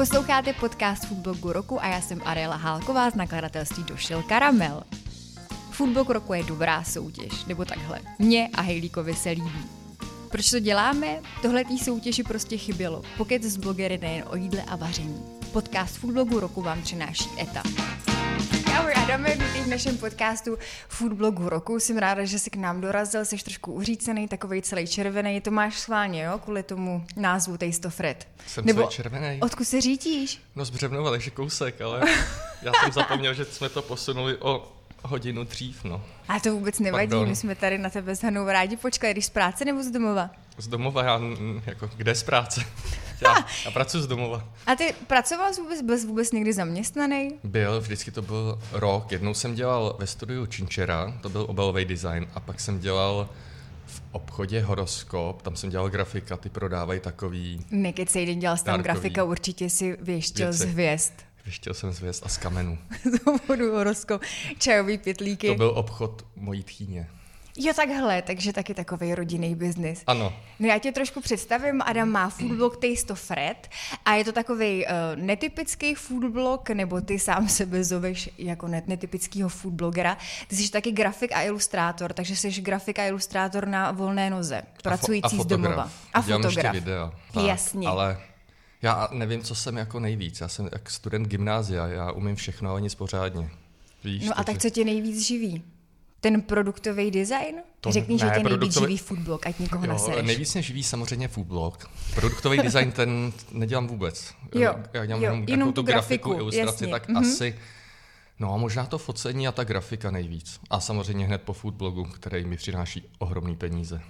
Posloucháte podcast Foodblogu roku a já jsem Ariela Hálková z nakladatelství Došel Karamel. Foodblog roku je dobrá soutěž, nebo takhle. Mně a Hejlíkovi se líbí. Proč to děláme? Tohletý soutěži prostě chybělo. Pokec s blogery nejen o jídle a vaření. Podcast Foodblogu roku vám přináší ETA. Ahoj Adame, vítej v našem podcastu Foodblogu roku. Jsem ráda, že jsi k nám dorazil, jsi trošku uřícený, takovej celý červený. To máš schválně, jo? Kvůli tomu názvu Taste of Red. Jsem celý červený. Odkud se řítíš? No z Břevnova, takže kousek, ale já jsem zapomněl, že jsme to posunuli o hodinu dřív, no. A to vůbec nevadí, Pardon. My jsme tady na tebe s Hanou rádi počkali. Když z práce nebo z domova? Z domova, kde z práce? Já pracuji z domova. A ty pracoval byl vůbec někdy zaměstnaný? Byl, vždycky to byl rok. Jednou jsem dělal ve studiu Činčera, to byl obalový design, a pak jsem dělal v obchodě Horoskop, tam jsem dělal grafika, ty prodávají takový... Nekecej, den dělal tam grafika, určitě si věštil z hvězd. Věštil jsem z hvězd a z kamenů. Z obchodu Horoskop, čajový pytlíky. To byl obchod mojí tchýně. Jo, takhle, takže taky takovej rodinný biznis. Ano. No já tě trošku představím, Adam má foodblog Taste of Red a je to takovej netypický foodblog, nebo ty sám sebe zoveš jako netypickýho foodblogera. Ty jsi taky grafik a ilustrátor, takže jsi grafik a ilustrátor na volné noze, pracující z domova. A dělám fotograf. Ještě videa. Tak, jasně. Ale já nevím, co jsem jako nejvíc. Já jsem jak student gymnázia, já umím všechno, ale nic pořádně. Víš, no a tak co tě nejvíc živí? Ten produktový design? Řekni, že tě nejvíc živí foodblog, ať nikoho nesereš. Nejvíc mě živí samozřejmě foodblog. Produktový design ten nedělám vůbec. Jo, já dělám jenom tu grafiku, ilustraci, tak asi... No a možná to focení a ta grafika nejvíc. A samozřejmě hned po foodblogu, který mi přináší ohromný peníze.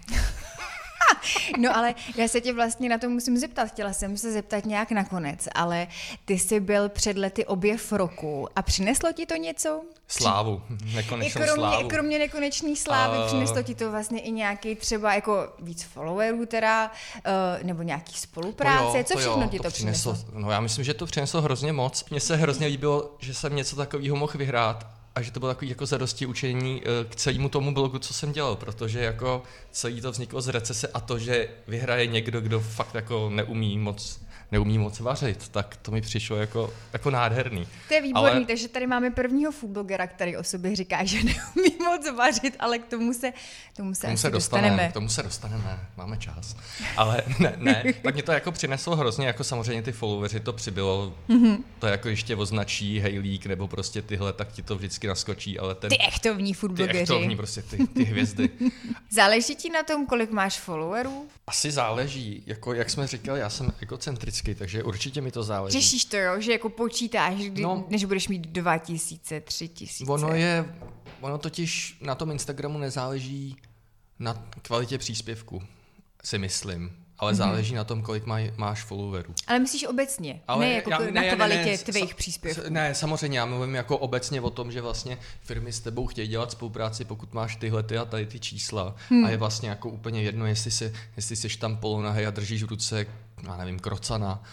No ale já se tě vlastně na to musím zeptat. Chtěla jsem se zeptat nějak nakonec, ale ty jsi byl před lety objev roku a přineslo ti to něco? Slávu, nekonečnou slávu. Kromě nekonečný slávy přineslo ti to vlastně i nějaký třeba jako víc followerů teda, nebo nějaký spolupráce? Co všechno ti to přineslo? No já myslím, že to přineslo hrozně moc. Mně se hrozně líbilo, že jsem něco takového mohl vyhrát. A že to bylo takový jako zadosti učení k celému tomu blogu, co jsem dělal, protože jako celý to vzniklo z recese a to, že vyhraje někdo, kdo fakt jako neumí moc vařit, tak to mi přišlo jako nádherný. To je výborný, takže tady máme prvního foodblogera, který o sobě říká, že neumí moc vařit, ale k tomu se dostaneme. K tomu se dostaneme, máme čas. Ale ne, tak mě to jako přineslo hrozně, jako samozřejmě ty followeri to přibylo, to jako ještě označí Hejlík nebo prostě tyhle, tak ti to vždycky naskočí, ale ty echtovní foodblogeři. Ty echtovní, prostě ty hvězdy. Záleží ti na tom, kolik máš followerů? Asi záleží, jako jak jsme říkali, já jsem egocentrický, takže určitě mi to záleží. Řešíš to, jo, že jako počítáš, než budeš mít 2000, 3000. Ono totiž na tom Instagramu nezáleží na kvalitě příspěvku, si myslím, ale záleží na tom, kolik máš followerů. Ale myslíš obecně, ale ne jako na kvalitě tvých příspěvků. Ne, samozřejmě, já mluvím jako obecně o tom, že vlastně firmy s tebou chtějí dělat spolupráci, pokud máš tyhle a tady ty čísla a je vlastně jako úplně jedno, jestli jsi tam polonahej a držíš v ruce, já nevím, krocana,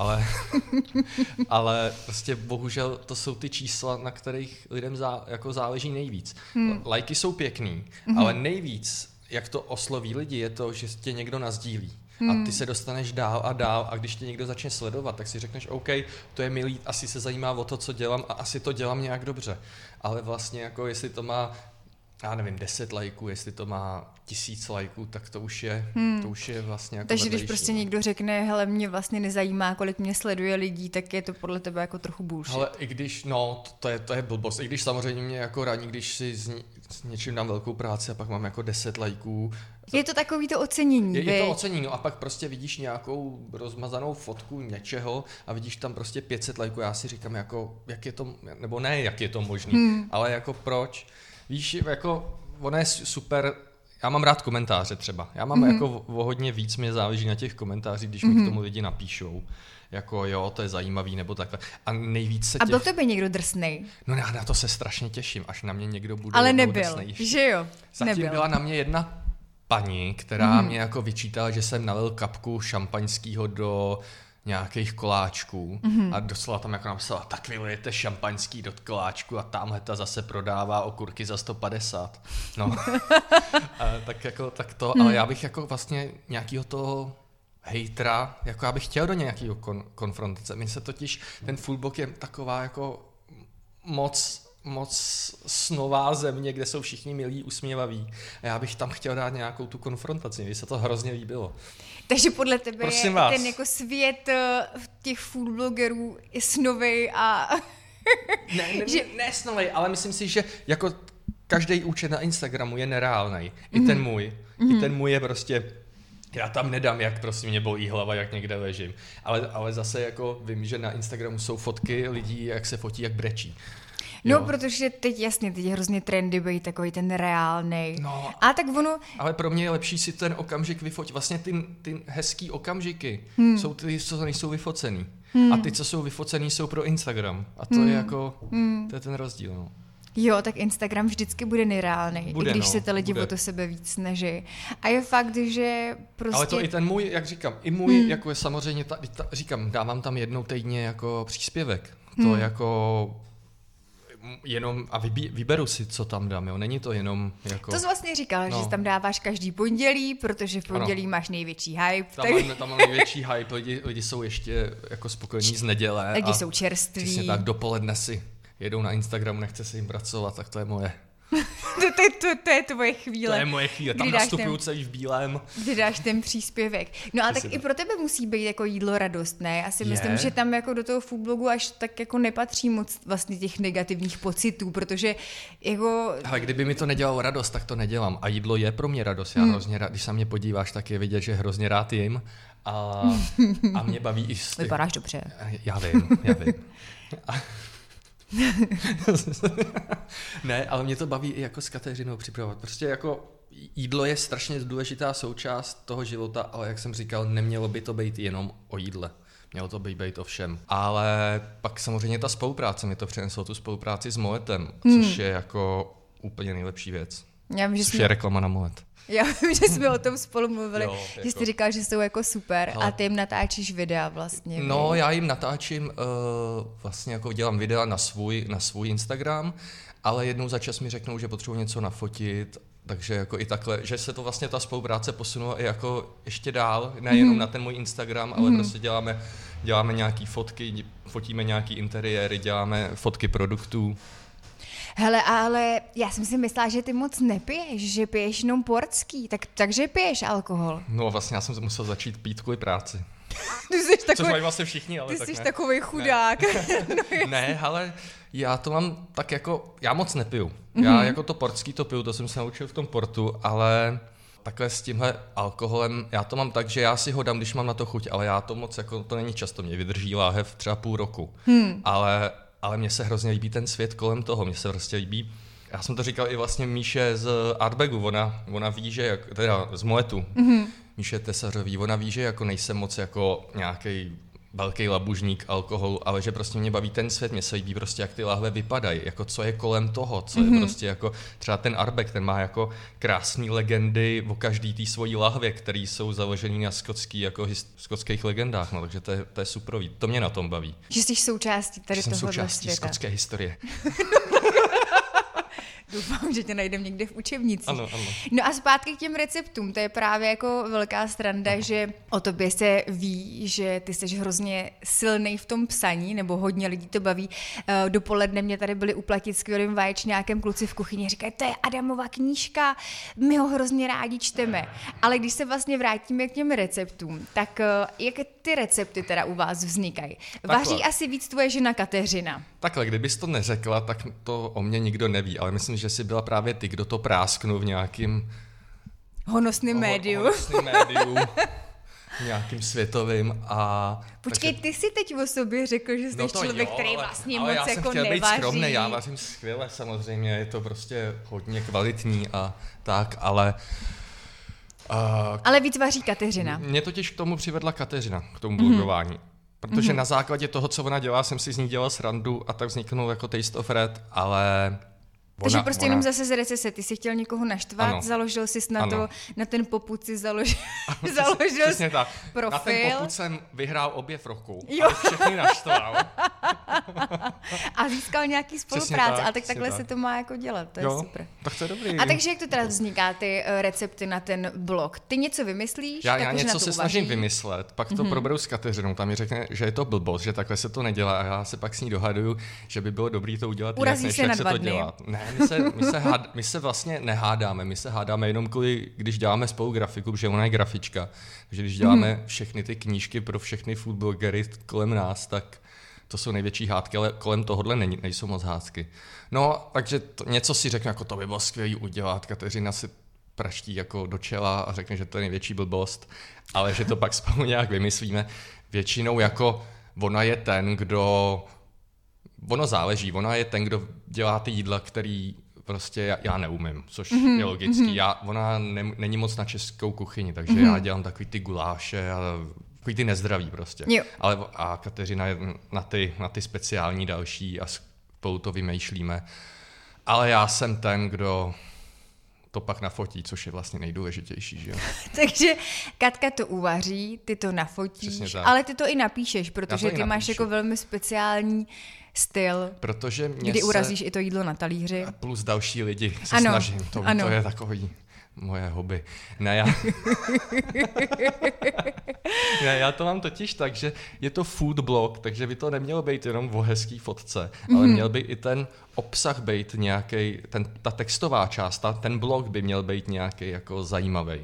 ale prostě bohužel to jsou ty čísla, na kterých lidem jako záleží nejvíc. Lajky jsou pěkný, ale nejvíc, jak to osloví lidi, je to, že tě někdo nasdílí. A ty se dostaneš dál a dál a když tě někdo začne sledovat, tak si řekneš, OK, to je milý, asi se zajímá o to, co dělám a asi to dělám nějak dobře. Ale vlastně jako jestli to má, já nevím, 10 lajků, jestli to má 1000 lajků, tak to už je vlastně jako takže vedlejší. když prostě někdo řekne, hele, mě vlastně nezajímá, kolik mě sleduje lidí, tak je to podle tebe jako trochu bullshit. Ale i když, to je blbost, i když samozřejmě mě jako radí, když si s něčím dám velkou práci a pak mám jako 10 lajků. Je to takový to ocenění. Je to ocenění, a pak prostě vidíš nějakou rozmazanou fotku něčeho a vidíš tam prostě 500 lajků, já si říkám jako, jak je to, nebo ne, jak je to možný, ale jako proč? Víš, jako ono je super, já mám rád komentáře třeba, já mám jako o hodně víc, mě záleží na těch komentářích, když mi k tomu lidi napíšou, jako jo, to je zajímavý, nebo takhle. A nejvíc se A byl tebe někdo drsnej? No na to se strašně těším, až na mě někdo bude ale nebyl, drsnej. Že jo? Zatím byla na mě jedna paní, která mě jako vyčítala, že jsem nalil kapku šampaňského do nějakých koláčků a doslova tam jako napsala, tak vy lijete šampaňský do koláčku a tamhle ta zase prodává okurky za 150. No, tak to, ale já bych jako vlastně nějakýho toho hejtra, jako já bych chtěl do nějakého konfrontace. Mně se totiž, ten Foodblog je taková jako moc snová země, kde jsou všichni milí, usměvaví. A já bych tam chtěl dát nějakou tu konfrontaci. Mně se to hrozně líbilo. Takže podle tebe je ten jako svět těch foodblogerů je snovej a... ne snovej, ale myslím si, že jako každý účet na Instagramu je nereálnej. I ten můj. I ten můj je prostě... Já tam nedám, jak prostě mě bolí hlava, jak někde ležím. Ale zase jako vím, že na Instagramu jsou fotky lidí, jak se fotí, jak brečí. No, protože teď je hrozně trendy být takový ten reálnej. No, a tak ono... Ale pro mě je lepší si ten okamžik vyfotit. Vlastně ty hezký okamžiky jsou ty, co nejsou vyfocený. A ty, co jsou vyfocený, jsou pro Instagram. A to je jako, to je ten rozdíl, no. Jo, tak Instagram vždycky bude nereálnej, i když se ty lidi o to sebe víc snaží. A je fakt, že prostě... Ale to i ten můj, jak říkám, i můj, jako je samozřejmě, říkám, dávám tam jednou týdně jako příspěvek. To jako... jenom a vyberu si, co tam dám, jo. Není to jenom jako... To jsi vlastně říkal, že tam dáváš každý pondělí, protože v pondělí máš největší hype. Tam mám největší hype, lidi jsou ještě jako spokojení z neděle. Lidi jsou čerství. Přesně tak, dopoledne si jedou na Instagramu, nechce se jim pracovat, tak to je moje. To je tvoje chvíle. To je moje chvíle, tam nastupuju celý v bílém. Kdy dáš ten příspěvek. No a tak i pro tebe musí být jako jídlo radost, ne? Já si myslím, že tam jako do toho foodblogu až tak jako nepatří moc vlastně těch negativních pocitů, protože jako... Ale kdyby mi to nedělalo radost, tak to nedělám. A jídlo je pro mě radost. Já hrozně rád, když se mě podíváš, tak je vidět, že hrozně rád jim. A mě baví i... Vypadáš dobře. Já vím. Ne, ale mě to baví i jako s Kateřinou připravovat. Prostě jako jídlo je strašně důležitá součást toho života, ale jak jsem říkal, nemělo by to být jenom o jídle. Mělo to být o všem. Ale pak samozřejmě ta spolupráce mi to přineslo, tu spolupráci s Moetem, což je jako úplně nejlepší věc. Což je reklama na Moet. Já vím, že jsme o tom spolu mluvili, že jsi říkal, že jsou jako super a ty jim natáčíš videa vlastně. No, já jim natáčím, vlastně jako dělám videa na svůj Instagram, ale jednou za čas mi řeknou, že potřebuji něco nafotit, takže jako i takhle, že se to vlastně ta spolupráce posunula i jako ještě dál, nejenom na ten můj Instagram, ale prostě děláme nějaký fotky, fotíme nějaký interiéry, děláme fotky produktů. Hele, ale já jsem si myslela, že ty moc nepiješ, že piješ jenom portský, takže piješ alkohol. No vlastně já jsem musel začít pít kvůli práci. Což mají vlastně všichni, ale ty tak jsi ne. Takovej chudák. Ne, ale já to mám tak jako, já moc nepiju. Já jako to portský to piju, to jsem se naučil v tom portu, ale takhle s tímhle alkoholem, já to mám tak, že já si ho dám, když mám na to chuť, ale já to moc, jako to není často, mě vydrží láhev třeba půl roku. Ale mně se hrozně líbí ten svět kolem toho, mně se prostě líbí. Já jsem to říkal i vlastně Míše z Artbagu, ona ví, že teda z Moetu, Míše Tesařový, ona ví, že jako nejsem moc jako nějaký velký labužník alkoholu, ale že prostě mě baví ten svět, mně se líbí prostě, jak ty lahve vypadají, jako co je kolem toho, co je prostě jako, třeba ten Artbag, ten má jako krásný legendy o každý té svojí lahvě, který jsou založený na skotských legendách, no, takže to je superový, to mě na tom baví. Že jsi součástí tady tohohle světa. Jsem součástí skotské historie. Doufám, že tě najdem někde v učebnicích. Ano. No a zpátky k těm receptům. To je právě jako velká sranda, že o tobě se ví, že ty jsi hrozně silnej v tom psaní, nebo hodně lidí to baví. Dopoledne mě tady byli uplatit skvělým vaječňákem kluci v kuchyni. Říkají, to je Adamova knížka, my ho hrozně rádi čteme. Ale když se vlastně vrátíme k těm receptům, tak jak ty recepty teda u vás vznikají? Vaří asi víc tvoje žena Kateřina. Takhle, kdybys to neřekla, tak to o mě nikdo neví, ale myslím, že jsi byla právě ty, kdo to prásknul v nějakým honosným médiu. Nějakým světovým a... Počkej, ty si teď o sobě řekl, že jsi člověk, který vlastně moc jako nevaří. Ale já jsem chtěl být skromný, já vařím skvěle samozřejmě, je to prostě hodně kvalitní a tak, ale... Ale víc vaří Kateřina. Mě totiž k tomu přivedla Kateřina, k tomu blogování. Protože na základě toho, co ona dělá, jsem si z ní dělal srandu a tak vzniknul jako Taste of Red, ale... Takže prostě jenom zase z recese, ty jsi chtěl někoho naštvat, založil jsi na ten popud si založil Přesně tak. Profil. Na ten popud jsem vyhrál objev roku. A všechny naštval. A získal nějaký spolupráce, a tak takhle se to má jako dělat, to je super. Tak to je dobrý. A takže jak to teda vzniká, ty recepty na ten blog? Ty něco vymyslíš? Já něco se snažím vymyslet, pak to proberu s Kateřinou, tam mi řekne, že je to blbost, že takhle se to nedělá a já se pak s ní dohaduju, že by bylo dobrý to udělat jinak, než jak se to dělá. Ne, my se vlastně nehádáme, my se hádáme jenom kvůli, když děláme spolu grafiku, protože ona je grafička, takže když děláme všechny ty knížky pro všechny foodblogery kolem nás, tak to jsou největší hádky, ale kolem tohohle nejsou moc hádky. No, takže něco si řeknu, jako to by bylo skvělý udělat, Kateřina si praští jako do čela a řekne, že to je největší blbost, ale že to pak spolu nějak vymyslíme. Většinou jako ona je ten, kdo... Ono záleží, ona je ten, kdo dělá ty jídla, který prostě já neumím, což je logický. Ona není moc na českou kuchyni, takže já dělám takový ty guláše a takový ty nezdraví prostě. A Kateřina je na ty speciální další a spolu to vymýšlíme. Ale já jsem ten, kdo to pak nafotí, což je vlastně nejdůležitější, že jo? Takže Katka to uvaří, ty to nafotíš, ale ty to i napíšeš, protože ty máš jako velmi speciální styl, protože kdy urazíš i to jídlo na talíři. A plus další lidi se snažím, to je takový moje hobby. Já to mám totiž tak, že je to food blog, takže by to nemělo být jenom o hezký fotce, ale měl by i ten obsah být nějaký, ta textová část, ten blog by měl být nějaký jako zajímavý.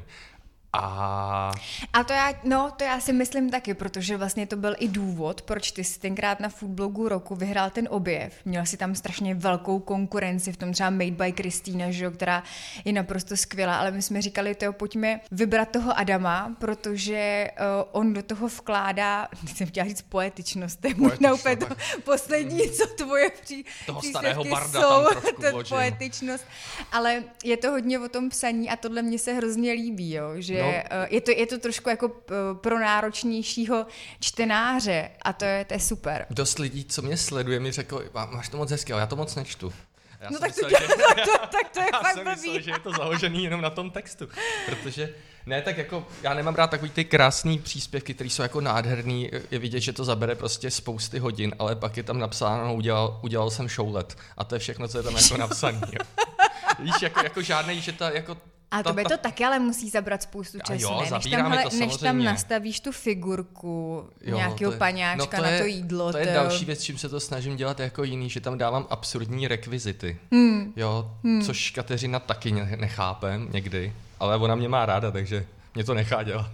A to já si myslím taky, protože vlastně to byl i důvod, proč ty jsi tenkrát na Foodblogu roku vyhrál ten objev. Měl si tam strašně velkou konkurenci, v tom třeba Made by Christina, že jo, která je naprosto skvělá, ale my jsme říkali, pojďme vybrat toho Adama, protože on do toho vkládá, jsem chtěla říct poetičnost, to je možná úplně to poslední, co tvoje příspěvky jsou, poetičnost, ale je to hodně o tom psaní a tohle mně se hrozně líbí, jo, že je to trošku jako pro náročnějšího čtenáře a to je super. Dost lidí, co mě sleduje, mi řekl, máš to moc hezky, ale já to moc nečtu. Tak to je fakt blbý. Myslel, že je to založený jenom na tom textu, protože ne, tak jako já nemám rád takový ty krásný příspěvky, které jsou jako nádherný, je vidět, že to zabere prostě spousty hodin, ale pak je tam napsáno, udělal jsem šoulet a to je všechno, co je tam jako napsaný. Víš, jako žádnej, že ta jako... A to by to taky ale musí zabrat spoustu času, než tam nastavíš tu figurku nějakého paňáčka na to jídlo. To je další věc, čím se to snažím dělat jako jiný, že tam dávám absurdní rekvizity. Což Kateřina taky nechápe někdy, ale ona mě má ráda, takže mě to nechá dělat.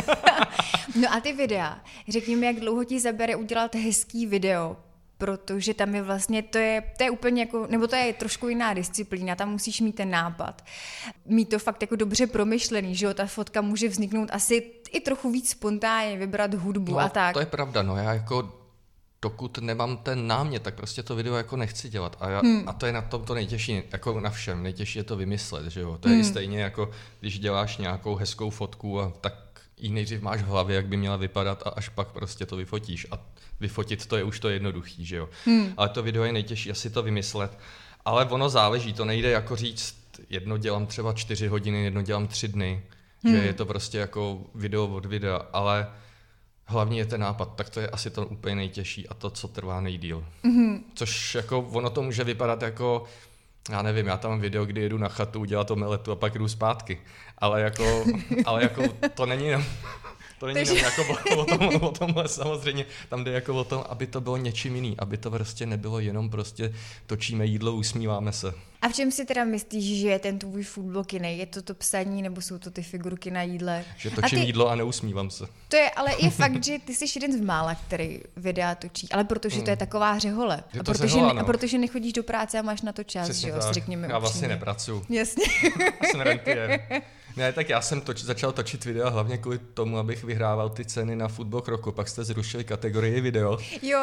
No a ty videa, řekni mi, jak dlouho ti zabere udělat hezký video, protože tam je vlastně, to je úplně jako, nebo to je trošku jiná disciplína, tam musíš mít ten nápad. Mít to fakt jako dobře promyšlený, že jo, ta fotka může vzniknout asi i trochu víc spontánně, vybrat hudbu a tak. To je pravda, já jako dokud nemám ten námět, tak prostě to video jako nechci dělat. A to je na tom to nejtěžší, jako na všem, nejtěžší je to vymyslet, že jo. To je stejně jako, když děláš nějakou hezkou fotku a tak ji nejdřív máš v hlavě, jak by měla vypadat a až pak prostě to vyfotíš. A vyfotit to je už to jednoduchý, že jo. Ale to video je nejtěžší asi to vymyslet. Ale ono záleží, to nejde jako říct, jedno dělám třeba 4 hodiny, jedno dělám 3 dny, že je to prostě jako video od videa, ale hlavně je ten nápad, tak to je asi to úplně nejtěžší a to, co trvá nejdýl. Což jako ono to může vypadat jako, já nevím, já tam mám video, kdy jedu na chatu, udělat omeletu a pak jdu zpátky. Ale jako to není jenom... To není jenom jako o tomhle samozřejmě, tam jde jako o tom, aby to bylo něčím jiným, aby to prostě nebylo jenom prostě točíme jídlo, usmíváme se. A v čem si teda myslíš, že je ten tvůj foodblog jiný? Je to psaní nebo jsou to ty figurky na jídle? Že točím jídlo a neusmívám se. To je, ale je fakt, že ty jsi jeden z mála, který videa točí, ale protože to je taková řehole. A protože nechodíš do práce a máš na to čas, že jo, řekněme já vlastně nepracuju. Jasně. Jsem rentier. Ne, tak já jsem začal točit videa hlavně kvůli tomu, abych vyhrával ty ceny na Foodblog roku, pak jste zrušili kategorii video. Jo.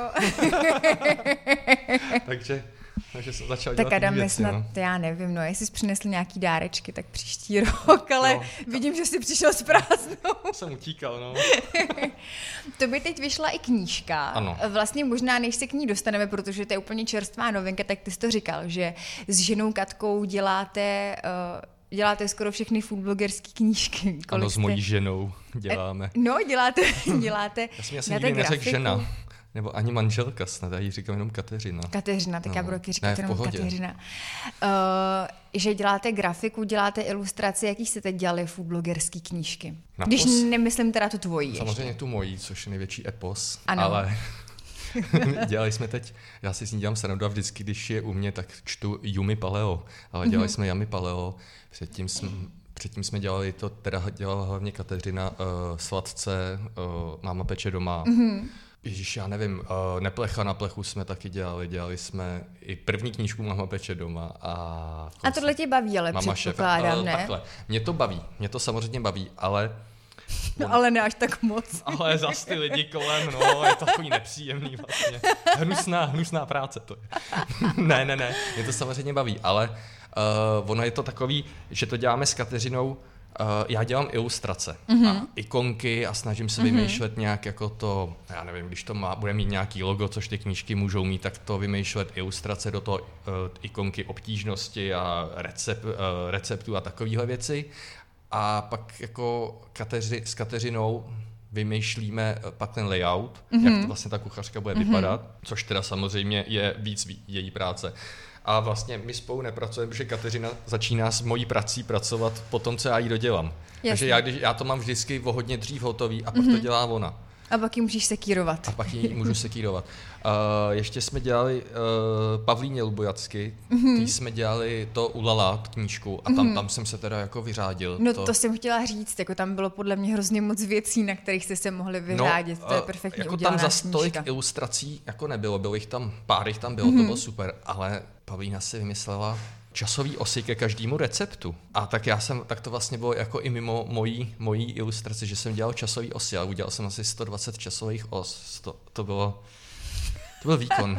takže jsem začal tak dělat Adam, věci, já nevím, jestli jsi přinesl nějaký dárečky, tak příští rok, ale vidím, že jsi přišel s prázdnou. Jsem utíkal, To by teď vyšla i knížka. Ano. Vlastně možná, než se k ní dostaneme, protože to je úplně čerstvá novinka, tak ty jsi to říkal, že s ženou Katkou děláte skoro všechny foodblogerské knížky. Ano, s mojí ženou děláme. Děláte Já jsem nikdy neřekl žena. Nebo ani manželka snad, já jí říkám jenom Kateřina. Kateřina, tak já budu taky říkat jenom Kateřina. Že děláte grafiku, děláte ilustraci, jaký jste teď dělali foodblogerský knížky? Když nemyslím teda tu tvojí. Samozřejmě ještě. Tu mojí, což je největší epos, ano. Ale dělali jsme teď, já si s ní dělám srandu a vždycky, když je u mě, tak čtu Yumi Paleo, ale dělali jsme Yummy Paleo, předtím jsme dělali to, teda dělala hlavně Kateřina, Sladce, Máma peče doma. Ježíš, já nevím, Neplecha na plechu jsme taky dělali jsme i první knížku Máma peče doma. A tohle tě baví, ale předpokládám, ne? Takhle, mě to samozřejmě baví, ale... No, ale ne až tak moc. Ale zas ty lidi kolem, no, je to takový nepříjemný vlastně. Hnusná práce to je. Ne, mě to samozřejmě baví, ale ono je to takový, že to děláme s Kateřinou, já dělám ilustrace a ikonky a snažím se vymýšlet nějak jako to, já nevím, když to bude mít nějaký logo, což ty knížky můžou mít, tak to vymýšlet ilustrace do toho ikonky obtížnosti a receptů a takovéhle věci. A pak jako s Kateřinou vymýšlíme pak ten layout, jak to vlastně ta kuchařka bude vypadat, což teda samozřejmě je víc její práce. A vlastně my spolu nepracujeme, protože Kateřina začíná s mojí prací pracovat po tom, co já jí dodělám. Jasně. Takže já to mám vždycky o hodně dřív hotový a pak to dělá ona. A pak ji můžeš sekírovat. A pak ji můžu sekírovat. Ještě jsme dělali Pavlíně Lubojacky, tý jsme dělali to Ulala knížku a tam jsem se teda jako vyřádil. No to jsem chtěla říct, jako tam bylo podle mě hrozně moc věcí, na kterých jste se mohli vyřádit, to je perfektně jako udělaná tam zas knížka. Tolik ilustrací jako nebylo, pár jich tam bylo, to bylo super, ale Pavlína si vymyslela časový osy ke každému receptu. A tak to vlastně bylo jako i mimo mojí ilustraci, že jsem dělal časový osy, ale udělal jsem asi 120 časových os. To byl výkon.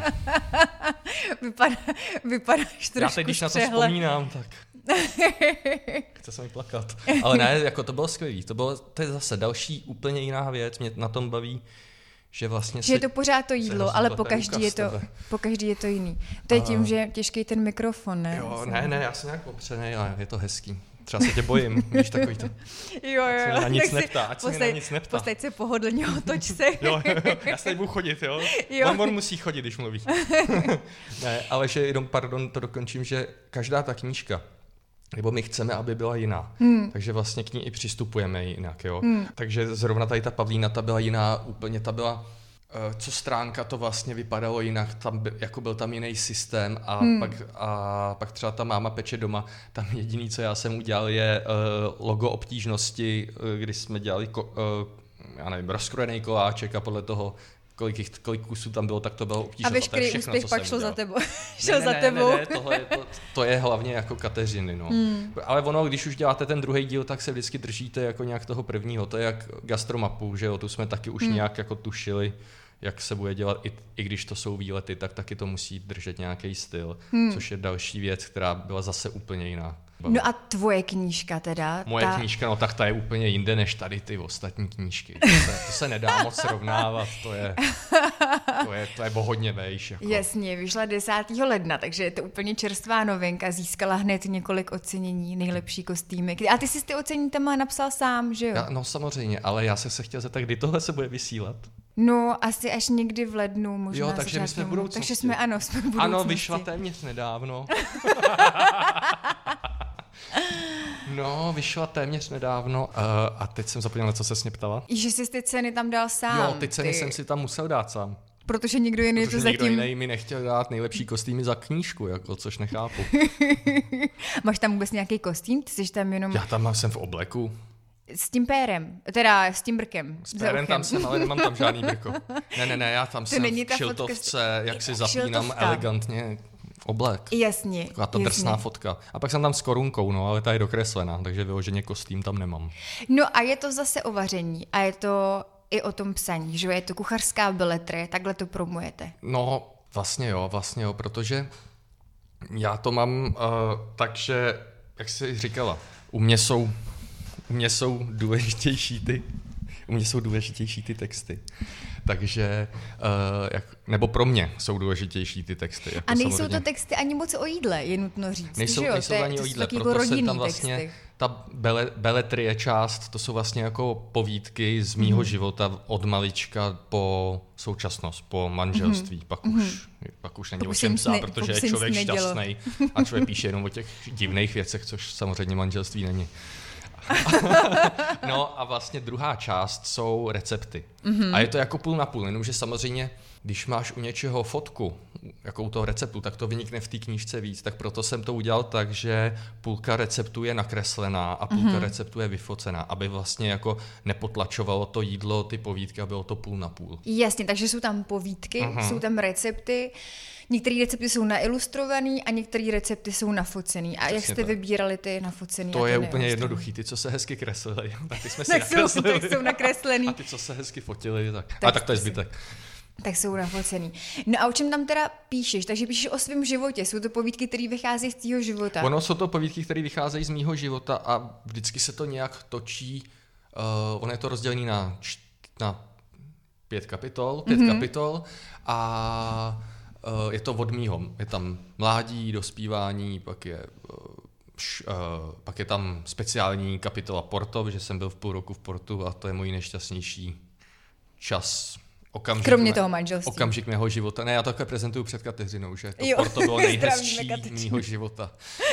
Vypadáš trošku já teď, když na to vzpomínám, tak chce se mi plakat. Ale ne, jako to bylo skvělý. To je zase další úplně jiná věc. Mě na tom baví, že vlastně že je to pořád to jídlo, ale pokaždý je to jiný. To je tím, že je těžký ten mikrofon, ne? Jo, ne, já jsem nějak opřenej, ale je to hezký. Třeba se tě bojím, víš, takový to. Jo. Ať se mi na nic neptá. Postaď se pohodlně, otoč se. jo, já se teď budu chodit, jo? On musí chodit, když mluví. Ne, ale že jenom, to dokončím, že každá ta knížka, nebo my chceme, aby byla jiná. Takže vlastně k ní i přistupujeme jinak, jo. Takže zrovna tady ta Pavlína, ta byla jiná, úplně ta byla, co stránka to vlastně vypadalo jinak, jako byl tam jiný systém a pak třeba ta Máma peče doma, tam jediný, co já jsem udělal, je logo obtížnosti, kdy jsme dělali, já nevím, rozkrojený koláček a podle toho, kolik kusů tam bylo, tak to bylo obtížnost. A veškerý úspěch pak šel za tebou. Ne, to je hlavně jako Kateřiny, no. Ale ono, když už děláte ten druhý díl, tak se vždycky držíte jako nějak toho prvního. To je jak gastromapu, že jo, tu jsme taky už nějak jako tušili, jak se bude dělat, i když to jsou výlety, tak taky to musí držet nějaký styl, což je další věc, která byla zase úplně jiná. No a tvoje knížka teda? Moje knížka, no tak ta je úplně jinde než tady ty ostatní knížky. To se nedá moc srovnávat, to je o hodně vejš. Jako. Jasně, vyšla 10. ledna, takže je to úplně čerstvá novinka, získala hned několik ocenění, nejlepší kostýmy. A ty jsi ty ocenění tam napsal sám, že jo? No samozřejmě, ale já se chtěl zeptat, kdy tohle se bude vysílat? No, asi až někdy v lednu, možná. Jo, takže my jsme v budoucnosti. Takže jsme v budoucnosti. Ano, vyšla téměř nedávno. Vyšla téměř nedávno a teď jsem zapomněla, co se mě ptala. Že jsi ty ceny tam dal sám. Jo, ty ceny jsem si tam musel dát sám. Protože někdo jiný to zatím... Někdo jiný mi nechtěl dát nejlepší kostýmy za knížku, jako, což nechápu. Máš tam vůbec nějaký kostým? Ty jsi tam jenom... Já tam jsem v obleku. S tím pérem, teda s tím brkem. S pérem tam jsem, ale nemám tam žádný brko. Ne, já tam jsem v kšiltovce, jak si zapínám elegantně oblek. Jasně. Taková ta drsná fotka. A pak jsem tam s korunkou, ale ta je dokreslená, takže vyloženě kostým tam nemám. No a je to zase o vaření a je to i o tom psaní, že je to kuchařská beletrie, takhle to promujete. No, vlastně jo, protože já to mám takže, jak jsi říkala, u mě jsou důležitější ty U mě jsou důležitější ty texty. Takže, nebo pro mě jsou důležitější ty texty. Jako a nejsou to texty ani moc o jídle, je nutno říct. Nejsou ani o jídle, proto jsem tam vlastně, ta beletrie část, to jsou vlastně jako povídky z mýho života od malička po současnost, po manželství. Pak už není o čem psát, protože je člověk šťastný a člověk píše jenom o těch divných věcech, což samozřejmě manželství není. No a vlastně druhá část jsou recepty. A je to jako půl na půl, jenomže samozřejmě, když máš u něčeho fotku, jako u toho receptu, tak to vynikne v té knížce víc, tak proto jsem to udělal tak, že půlka receptu je nakreslená a půlka receptu je vyfocená, aby vlastně jako nepotlačovalo to jídlo, ty povídky, a bylo to půl na půl. Jasně, takže jsou tam povídky, jsou tam recepty. Některé recepty jsou nailustrované a některé recepty jsou nafocený. A přesně jak jste vybírali ty nafocený? To je úplně jednoduchý. Ty, co se hezky kreslili, tak ty jsme si nakreslili. Tak jsou nakreslený. A ty, co se hezky fotili, tak to je zbytek. Tak jsou nafocený. No a o čem tam teda píšeš? Takže píšeš o svém životě. Jsou to povídky, které vycházejí z tvýho života? Ono jsou to povídky, které vycházejí z mýho života a vždycky se to nějak točí. Ono je to rozdělené na 5 kapitol a je to od mýho. Je tam mládí, dospívání, pak je tam speciální kapitola Porto, že jsem byl v půl roku v Portu a to je můj nejšťastnější čas. Kromě toho manželství. Okamžik mého života. Ne, já to takhle prezentuju před Kateřinou, že to Porto bylo nejhezčí mýho života.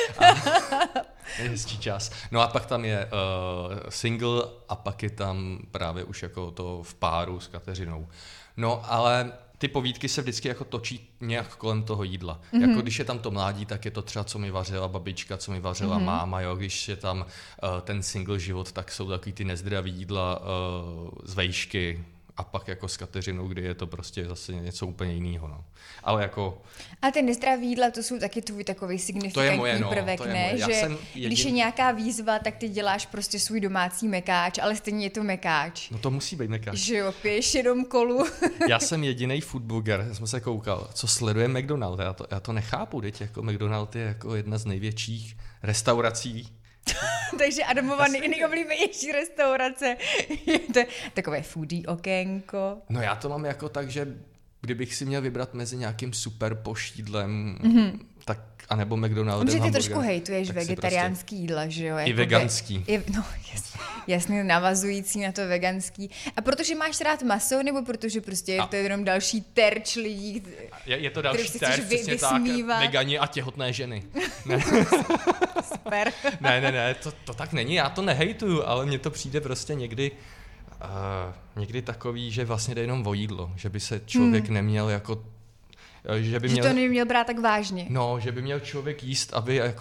Nejhezčí čas. No a pak tam je single a pak je tam právě už jako to v páru s Kateřinou. No ale ty povídky se vždycky jako točí nějak kolem toho jídla. Jako když je tam to mládí, tak je to třeba, co mi vařila babička, co mi vařila máma, jo. Když je tam ten single život, tak jsou takový ty nezdravý jídla z vejšky a pak jako s Kateřinou, kdy je to prostě zase něco úplně jiného, no. Ale jako... A ty nezdravý jídla, to jsou taky tvůj takový signifikantní prvek, ne? Že když je nějaká výzva, tak ty děláš prostě svůj domácí mekáč, ale stejně je to mekáč. No to musí být mekáč. Že jo, piješ jenom kolu. Já jsem jedinej foodblogger, jsem se koukal, co sleduje McDonald. Já to nechápu, teď jako McDonald je jako jedna z největších restaurací. Takže Adamova nejoblíbenější restaurace je to takové foodie okénko. No já to mám jako tak, že kdybych si měl vybrat mezi nějakým super poštídlem, tak anebo McDonaldem. Protože ty trošku hejtuješ vegetariánský prostě jídla, že jo? I veganský. No jasně, navazující na to veganský. A protože máš rád maso, nebo protože prostě je to jenom další terč lidí, je to další terč, přesně tak, vegani a těhotné ženy. Ne. Super. Ne, to tak není, já to nehejtuju, ale mně to přijde prostě někdy takový, že vlastně jde jenom o jídlo, že by se člověk neměl jako že to neměl brát tak vážně. No, že by měl člověk jíst,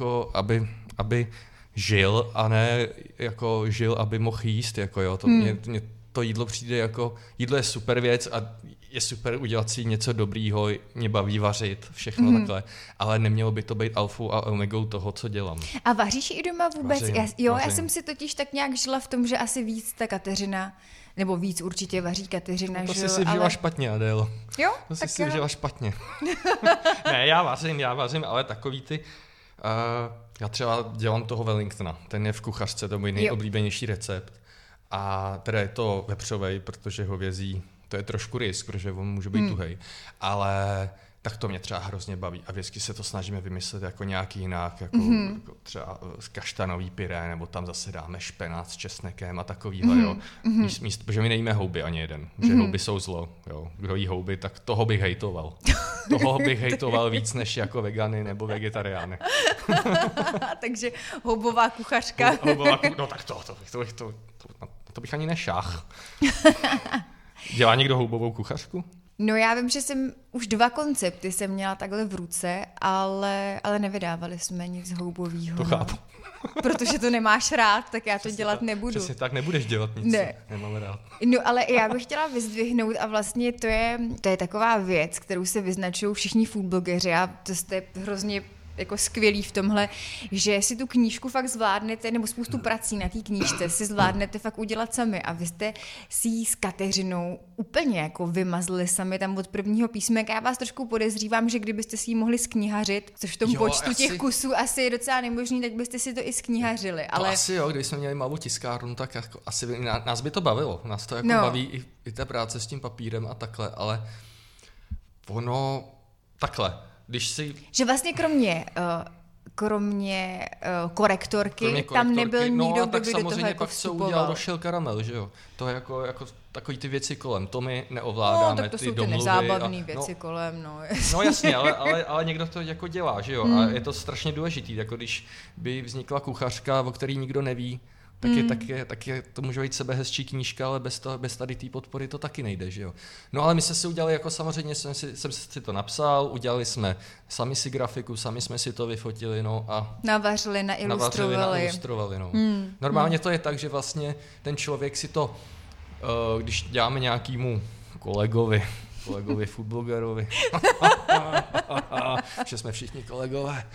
aby žil, a ne jako žil, aby mohl jíst. Jako jo. Mně to jídlo přijde jako... Jídlo je super věc a je super udělat si něco dobrýho, mě baví vařit, všechno takhle, ale nemělo by to být alfou a omegou toho, co dělám. A vaříš i doma vůbec? Vařím. Já jsem si totiž tak nějak žila v tom, že asi víc ta Kateřina, nebo víc určitě vaří Kateřina. No to jsi si vžila špatně, Adélo. Jo? To jsi si vžila špatně. Ne, já vařím, ale takový ty... já třeba dělám toho Wellingtona, ten je v kuchařce, to je můj nejoblíbenější recept. A teda je to vepřovej, protože hovězí, to je trošku risk, protože on může být tuhej. Ale tak to mě třeba hrozně baví a vždycky se to snažíme vymyslet jako nějak jinak, jako třeba kaštanový pyré, nebo tam zase dáme špenát s česnekem a takovýhle, jo. Protože my nejíme houby ani jeden, že houby jsou zlo, jo. Kdo jí houby, tak toho bych hejtoval. Toho bych hejtoval víc než jako vegany nebo vegetariány. Takže houbová kuchařka. No tak to bych ani nešáhl. Dělá někdo houbovou kuchařku? No já vím, že jsem už 2 koncepty jsem měla takhle v ruce, ale nevydávali jsme nic houbovýho. To chápu. Protože to nemáš rád, tak já to dělat nebudu. Přesně tak, nebudeš dělat nic, nemám rád. No ale já bych chtěla vyzdvihnout a vlastně to je taková věc, kterou se vyznačují všichni foodblogeři a to jste hrozně jako skvělý v tomhle, že si tu knížku fakt zvládnete, nebo spoustu prací na té knížce si zvládnete fakt udělat sami a vy jste si ji s Kateřinou úplně jako vymazli sami tam od prvního písmenka. Já vás trošku podezřívám, že kdybyste si ji mohli sknihařit, což v tom počtu těch kusů asi je docela nemožný, tak byste si to i sknihařili. Ale... To asi jo, když jsme měli malou tiskárnu, tak jako asi nás by to bavilo. Nás to jako baví i ta práce s tím papírem a takhle, ale ono takhle, když si... Že vlastně kromě korektorky, tam nebyl nikdo, kdo by do toho jako vstupoval. No a tak samozřejmě pak co udělal Rochelle Caramel, že jo? To je jako takový ty věci kolem, to my neovládáme, no, tak to ty jsou domluvy. Ty nezábavný věci kolem, no. No jasně, ale někdo to jako dělá, že jo? A je to strašně důležitý, jako když by vznikla kuchařka, o který nikdo neví, tak to může být sebehezčí knížka, ale bez tady té podpory to taky nejde, že jo. No ale my jsme si udělali, jako samozřejmě jsem si to napsal, udělali jsme sami si grafiku, sami jsme si to vyfotili, no a... Navařili, nailustrovali, no. Normálně to je tak, že vlastně ten člověk si to, když děláme nějakýmu kolegovi foodblogerovi, že jsme všichni kolegové,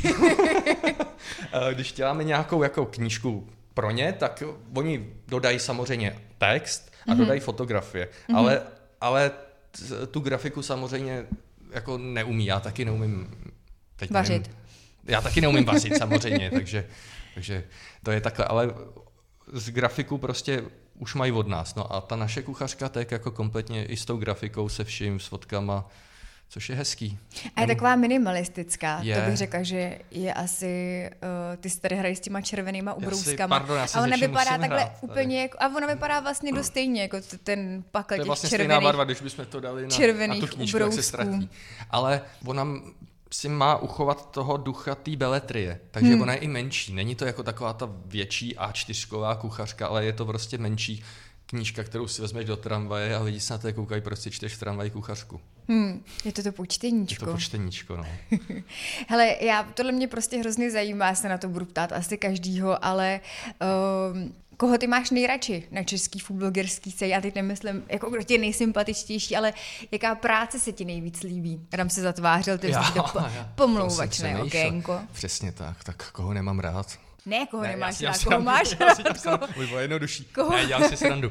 když děláme nějakou jako knížku pro ně, tak oni dodají samozřejmě text a dodají fotografie, ale tu grafiku samozřejmě jako neumí, já taky neumím vařit. Já taky neumím vařit samozřejmě, takže to je takhle, ale z grafiku prostě už mají od nás, no a ta naše kuchařka tak jako kompletně i s tou grafikou, se vším, s fotkama, což je hezký. A je taková minimalistická, to bych řekla, že je asi, ty se tady hrají s těma červenýma ubrouskama. A ona vypadá takhle úplně, jako, a ona vypadá vlastně dost stejně, jako ten pakle těch vlastně červených. Stejná barva, když bychom to dali na tu knížku, jak se ztratí. Ale ona si má uchovat toho ducha té beletrie, takže ona je i menší. Není to jako taková ta větší A4ková kuchařka, ale je to prostě menší knížka, kterou si vezmeš do tramvaje a lidi se na to koukají, prostě čteš v tramvaji kuchařku. Je to počteníčko. Je to počteníčko, no. Hele, tohle mě prostě hrozně zajímá, já se na to budu ptát asi každýho, ale koho ty máš nejradši na český foodblogerský scéně? Já teď nemyslím, jako kdo ti je nejsympatičtější, ale jaká práce se ti nejvíc líbí? Adam se zatvářil, ty vždy pomlouvačné okénko. Přesně tak koho nemám rád. Ne, koho nemáš rád, koho máš rád. Bylo jednodušší. Ne, dělám si srandu.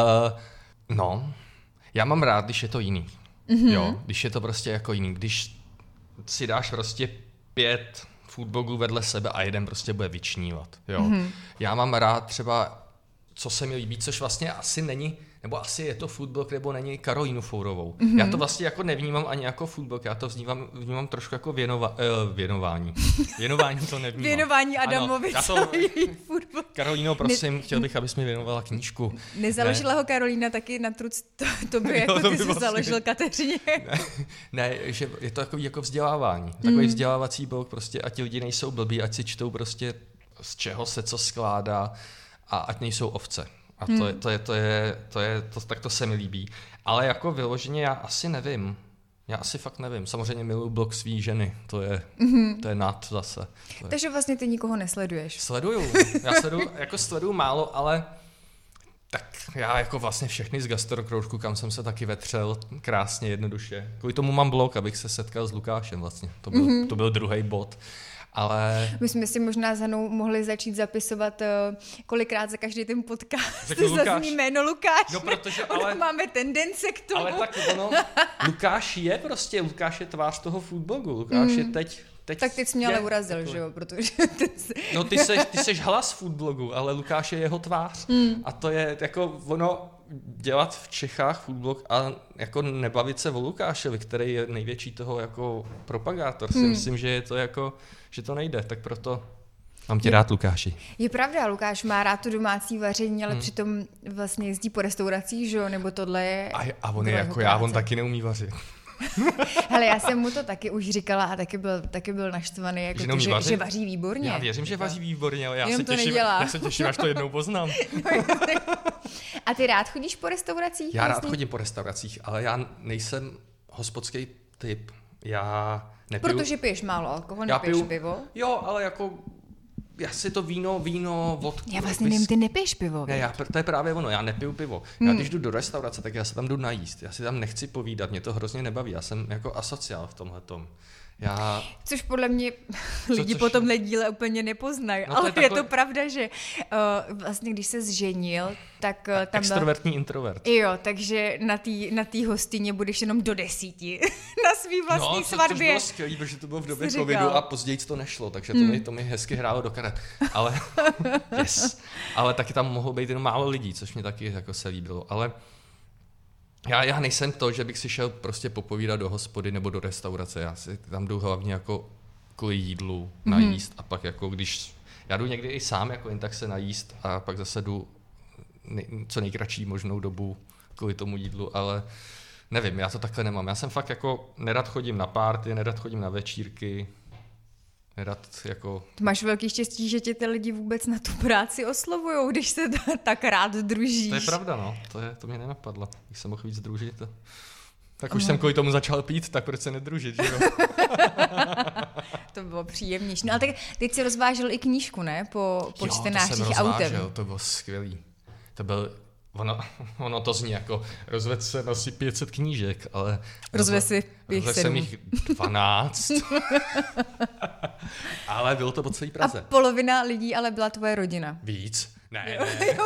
No, já mám rád, když je to jiný. Jo, když je to prostě jako jiný. Když si dáš prostě 5 foodblogů vedle sebe a jeden prostě bude vyčnívat. Jo. Já mám rád třeba, co se mi líbí, což vlastně asi není, nebo asi je to foodblog, nebo není, Karolínu Fourovou. Já to vlastně jako nevnímám ani jako foodblog, já to vnímám trošku jako věnování. Věnování to nevnímám. Věnování Adamovi, foodblog. Karolíno, prosím, chtěl bych, abys mi věnovala knížku. Nezaložila ho Karolína taky na truc tobě, jako ty jsi založil Kateřině. Ne, že je to takový jako vzdělávání. Takový vzdělávací blog prostě, ať ti lidi nejsou blbí, ať si čtou prostě z čeho se co skládá a ať nejsou ovce. A tak to se mi líbí. Ale jako vyloženě já asi nevím. Já asi fakt nevím. Samozřejmě miluji blog svý ženy. To je nad zase. Takže vlastně ty nikoho nesleduješ. Sleduju. Já sleduju málo, ale tak já jako vlastně všechny z gastrokroužku, kam jsem se taky vetřel, krásně, jednoduše. Kvůli tomu mám blog, abych se setkal s Lukášem vlastně. To byl druhý bod. Ale... My jsme si možná s Hanou mohli začít zapisovat kolikrát za každý ten podcast zazní jméno Lukáš. No, protože máme tendence k tomu. Ale tak Lukáš je tvář toho foodblogu. Lukáš je teď tak teď jsi mě ale urazil, že jo, protože... No ty seš hlas foodblogu, ale Lukáš je jeho tvář. A to je jako dělat v Čechách foodblog a jako nebavit se o Lukášovi, který je největší toho jako propagátor. Si myslím, že je to jako, že to nejde, tak proto mám tě rád, Lukáši. Je pravda, Lukáš má rád to domácí vaření, ale přitom vlastně jezdí po restauracích, že jo, nebo tohle je... A on je jako já, on taky neumí vařit. Hele, já jsem mu to taky už říkala a taky byl naštvaný, jako že vaří výborně. Já věřím, že vaří výborně, ale já se těším, až to jednou poznám. A ty rád chodíš po restauracích? Já rád chodím po restauracích, ale já nejsem hospodský typ. Já nepiju... Protože piješ málo alkohol, nepiješ pivo? Jo, ale jako... Já si to víno, vodku... Já vlastně nevím, ty nepiješ pivo, ne, to je právě ono, já nepiju pivo. Já když jdu do restaurace, tak já se tam jdu najíst. Já si tam nechci povídat, mě to hrozně nebaví. Já jsem jako asociál v tomhletom. Což podle mě lidi po tomhle díle úplně nepoznají, no ale je to pravda, že vlastně když se zženil, tak tam extrovertní introvert. Jo, takže na té hostině budeš jenom do 10 na svý vlastní svatbě. No, to bylo skvělý, protože to bylo v době covidu a později to nešlo, takže to mi hezky hrálo do karet. Ale, yes. Ale taky tam mohlo být jenom málo lidí, což mě taky jako se líbilo, ale já nejsem to, že bych si šel prostě popovídat do hospody nebo do restaurace. Já si tam jdu hlavně jako kvůli jídlu najíst a pak jako když... Já jdu někdy i sám jako jen tak se najíst a pak zase jdu co nejkratší možnou dobu kvůli tomu jídlu, ale nevím, já to takhle nemám. Já jsem fakt jako nerad chodím na párty, nerad chodím na večírky, nerad jako... Ty máš velký štěstí, že tě ty lidi vůbec na tu práci oslovujou, když se tak rád družíš. To je pravda, no. To mě nenapadlo. Když jsem mohl víc družit. Tak už jsem kvůli tomu začal pít, tak proč se nedružit, že jo? To bylo příjemnější. No ale tak teď si rozvážel i knížku, ne? Po čtenářích autem. To bylo skvělý. To byl... Ono to zní jako rozvedl jsem asi 500 knížek, ale... Rozvedl jsem jich 12. Ale bylo to po celé Praze. A polovina lidí ale byla tvoje rodina. Víc? Ne.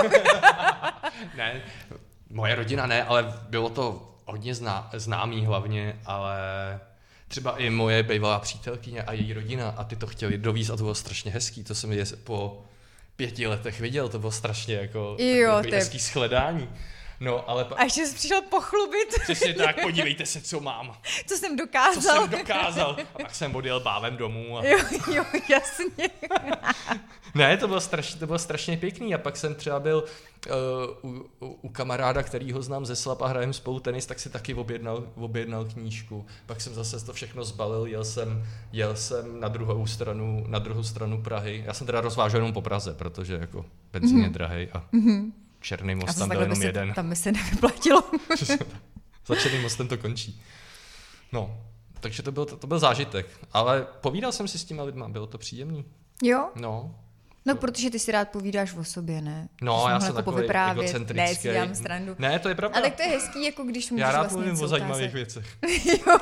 Ne, moje rodina ne, ale bylo to hodně známý hlavně, ale třeba i moje bývalá přítelkyně a její rodina a ty to chtěli dovízt a to bylo strašně hezký. To jsem po 5 letech viděl, to bylo strašně jako hezký shledání. No, ale a ještě jsi přišel pochlubit. Přesně tak, podívejte se, co mám. Co jsem dokázal. A pak jsem odjel bávem domů. Jo, jasně. Ne, to bylo strašně pěkný. A pak jsem třeba byl u kamaráda, kterýho znám ze Slap a hrajeme spolu tenis, tak si taky objednal knížku. Pak jsem zase to všechno zbalil, jel jsem na druhou stranu Prahy. Já jsem teda rozvážel jenom po Praze, protože jako benzín je drahej a Černý most tam byl jenom jeden. Tam by se nevyplatilo. Za Černým mostem to končí. No, takže to byl zážitek. Ale povídal jsem si s těma lidma, bylo to příjemný. Jo? No, protože ty si rád povídáš o sobě, ne? No, já jsem takový egocentrický. Ne, si dělám srandu. Ne, to je pravda. Ale tak to je hezký, jako když můžeš já rád vlastně mluvím o zajímavých věcech. Jo.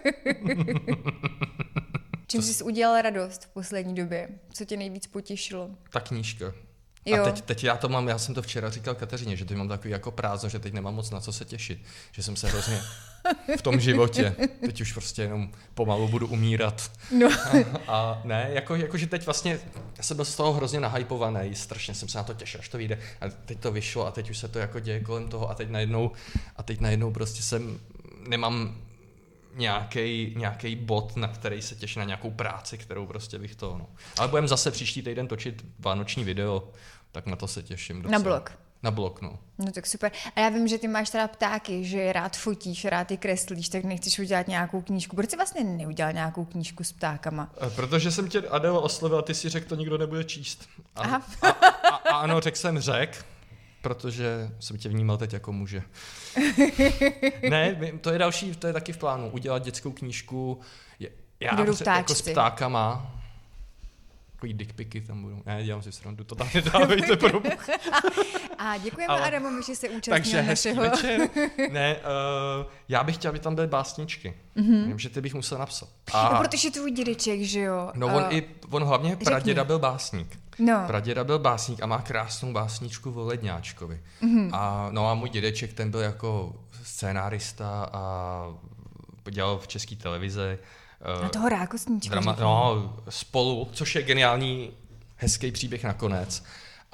Čím jsi udělal radost v poslední době? Co tě nejvíc potěšilo? Ta knížka. Jo. A teď já jsem to včera říkal Kateřině, že teď mám takový jako prázdno, že teď nemám moc na co se těšit. Že jsem se hrozně v tom životě. Teď už prostě jenom pomalu budu umírat. No. A ne, jako že teď vlastně, já jsem byl z toho hrozně nahypovaný, strašně jsem se na to těšil, až to vyjde. A teď to vyšlo a teď už se to jako děje kolem toho a teď najednou prostě nemám nějaký bod, na který se těší, na nějakou práci, kterou prostě bych to, no. Ale budeme zase příští týden točit vánoční video, tak na to se těším docela. Na blog. Na blog, no. No tak super. A já vím, že ty máš teda ptáky, že rád fotíš, rád je kreslíš, tak nechceš udělat nějakou knížku. Proč jsi vlastně neudělal nějakou knížku s ptákama? Protože jsem tě, Adélo, oslovil a ty si řekl, to nikdo nebude číst. Aha. A ano, řekl, protože jsem tě vnímal teď jako muže. Ne, to je taky v plánu, udělat dětskou knížku jako s ptákama. Takový dickpiky tam budou. Ne, dělám si srandu, to tam nedávejte pro Bůh. A děkujeme Adamovi, že se účastnil našeho... večer. Ne, já bych chtěl, aby tam byly básničky. Vím, že ty bych musel napsat. No, protože tvůj dědeček, že jo? No on hlavně praděda byl básník. No. Praděda byl básník a má krásnou básničku o ledňáčkovi. A můj dědeček, ten byl jako scénárista a dělal v České televizi. Na toho Rákosníčka. Spolu, což je geniální, hezký příběh nakonec,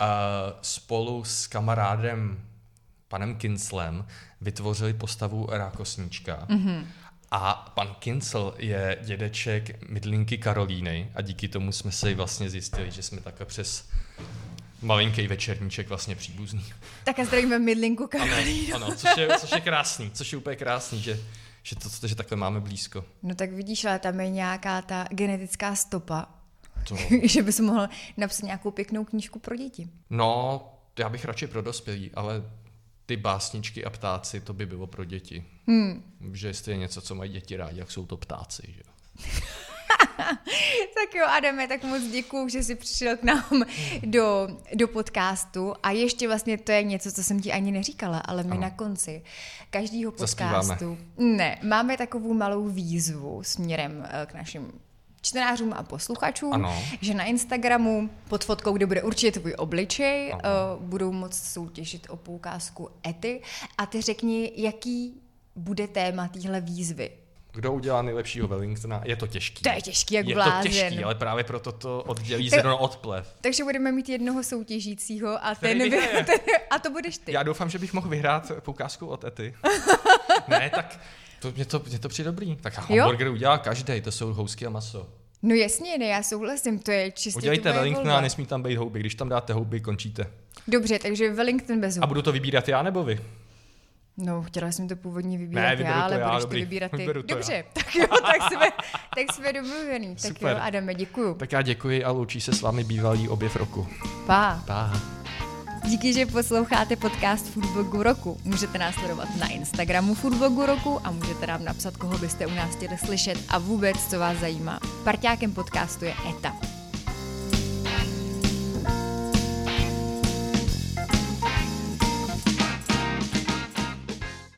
spolu s kamarádem panem Kinslem vytvořili postavu Rákosníčka. A pan Kincl je dědeček Midlinky Karolíny a díky tomu jsme si vlastně zjistili, že jsme takhle přes malinký večerníček vlastně příbuzný. Tak a zdravíme Midlinku Karolínu. Ano, což je krásný, což je úplně krásný, že takhle máme blízko. No tak vidíš, ale tam je nějaká ta genetická stopa, že bys mohl napsat nějakou pěknou knížku pro děti. No, já bych radši pro dospělí, ale ty básničky a ptáci, to by bylo pro děti. Že jestli je něco, co mají děti rádi, jak jsou to ptáci, že jo. Tak jo, Adame, tak moc děkuju, že jsi přišel k nám do podcastu a ještě vlastně to je něco, co jsem ti ani neříkala, ale my na konci každého podcastu máme takovou malou výzvu směrem k našim čtenářům a posluchačům, že na Instagramu pod fotkou, kde bude určitě tvůj obličej, budou moct soutěžit o poukázku Ety a ty řekni, jaký bude téma téhle výzvy. Kdo udělá nejlepšího Wellingtona? Je to těžký. To je těžký, jak blázen. Je to těžký, ale právě proto to oddělí zrno od plev. Takže budeme mít jednoho soutěžícího a a to budeš ty. Já doufám, že bych mohl vyhrát poukázku od Ety. Ne, tak mě to přijde dobrý. Tak hamburger udělá každej, to jsou housky a maso. No jasně, ne, já souhlasím, to je čistě udělejte Wellingtona a nesmí tam být houby, když tam dáte houby, končíte. Dobře, takže Wellington bez houby. A budu to vybírat já nebo vy? No, chtěla jsem to původně vybírat já, ale budeš to vybírat ty. Dobře, tak jo, tak jsme domluvený. Tak jo, Adame, děkuju. Tak já děkuji a loučí se s vámi bývalý objev roku. Pa. Díky, že posloucháte podcast Foodblogu roku. Můžete nás sledovat na Instagramu Foodblogu roku a můžete nám napsat, koho byste u nás chtěli slyšet a vůbec, co vás zajímá. Parťákem podcastu je Eta.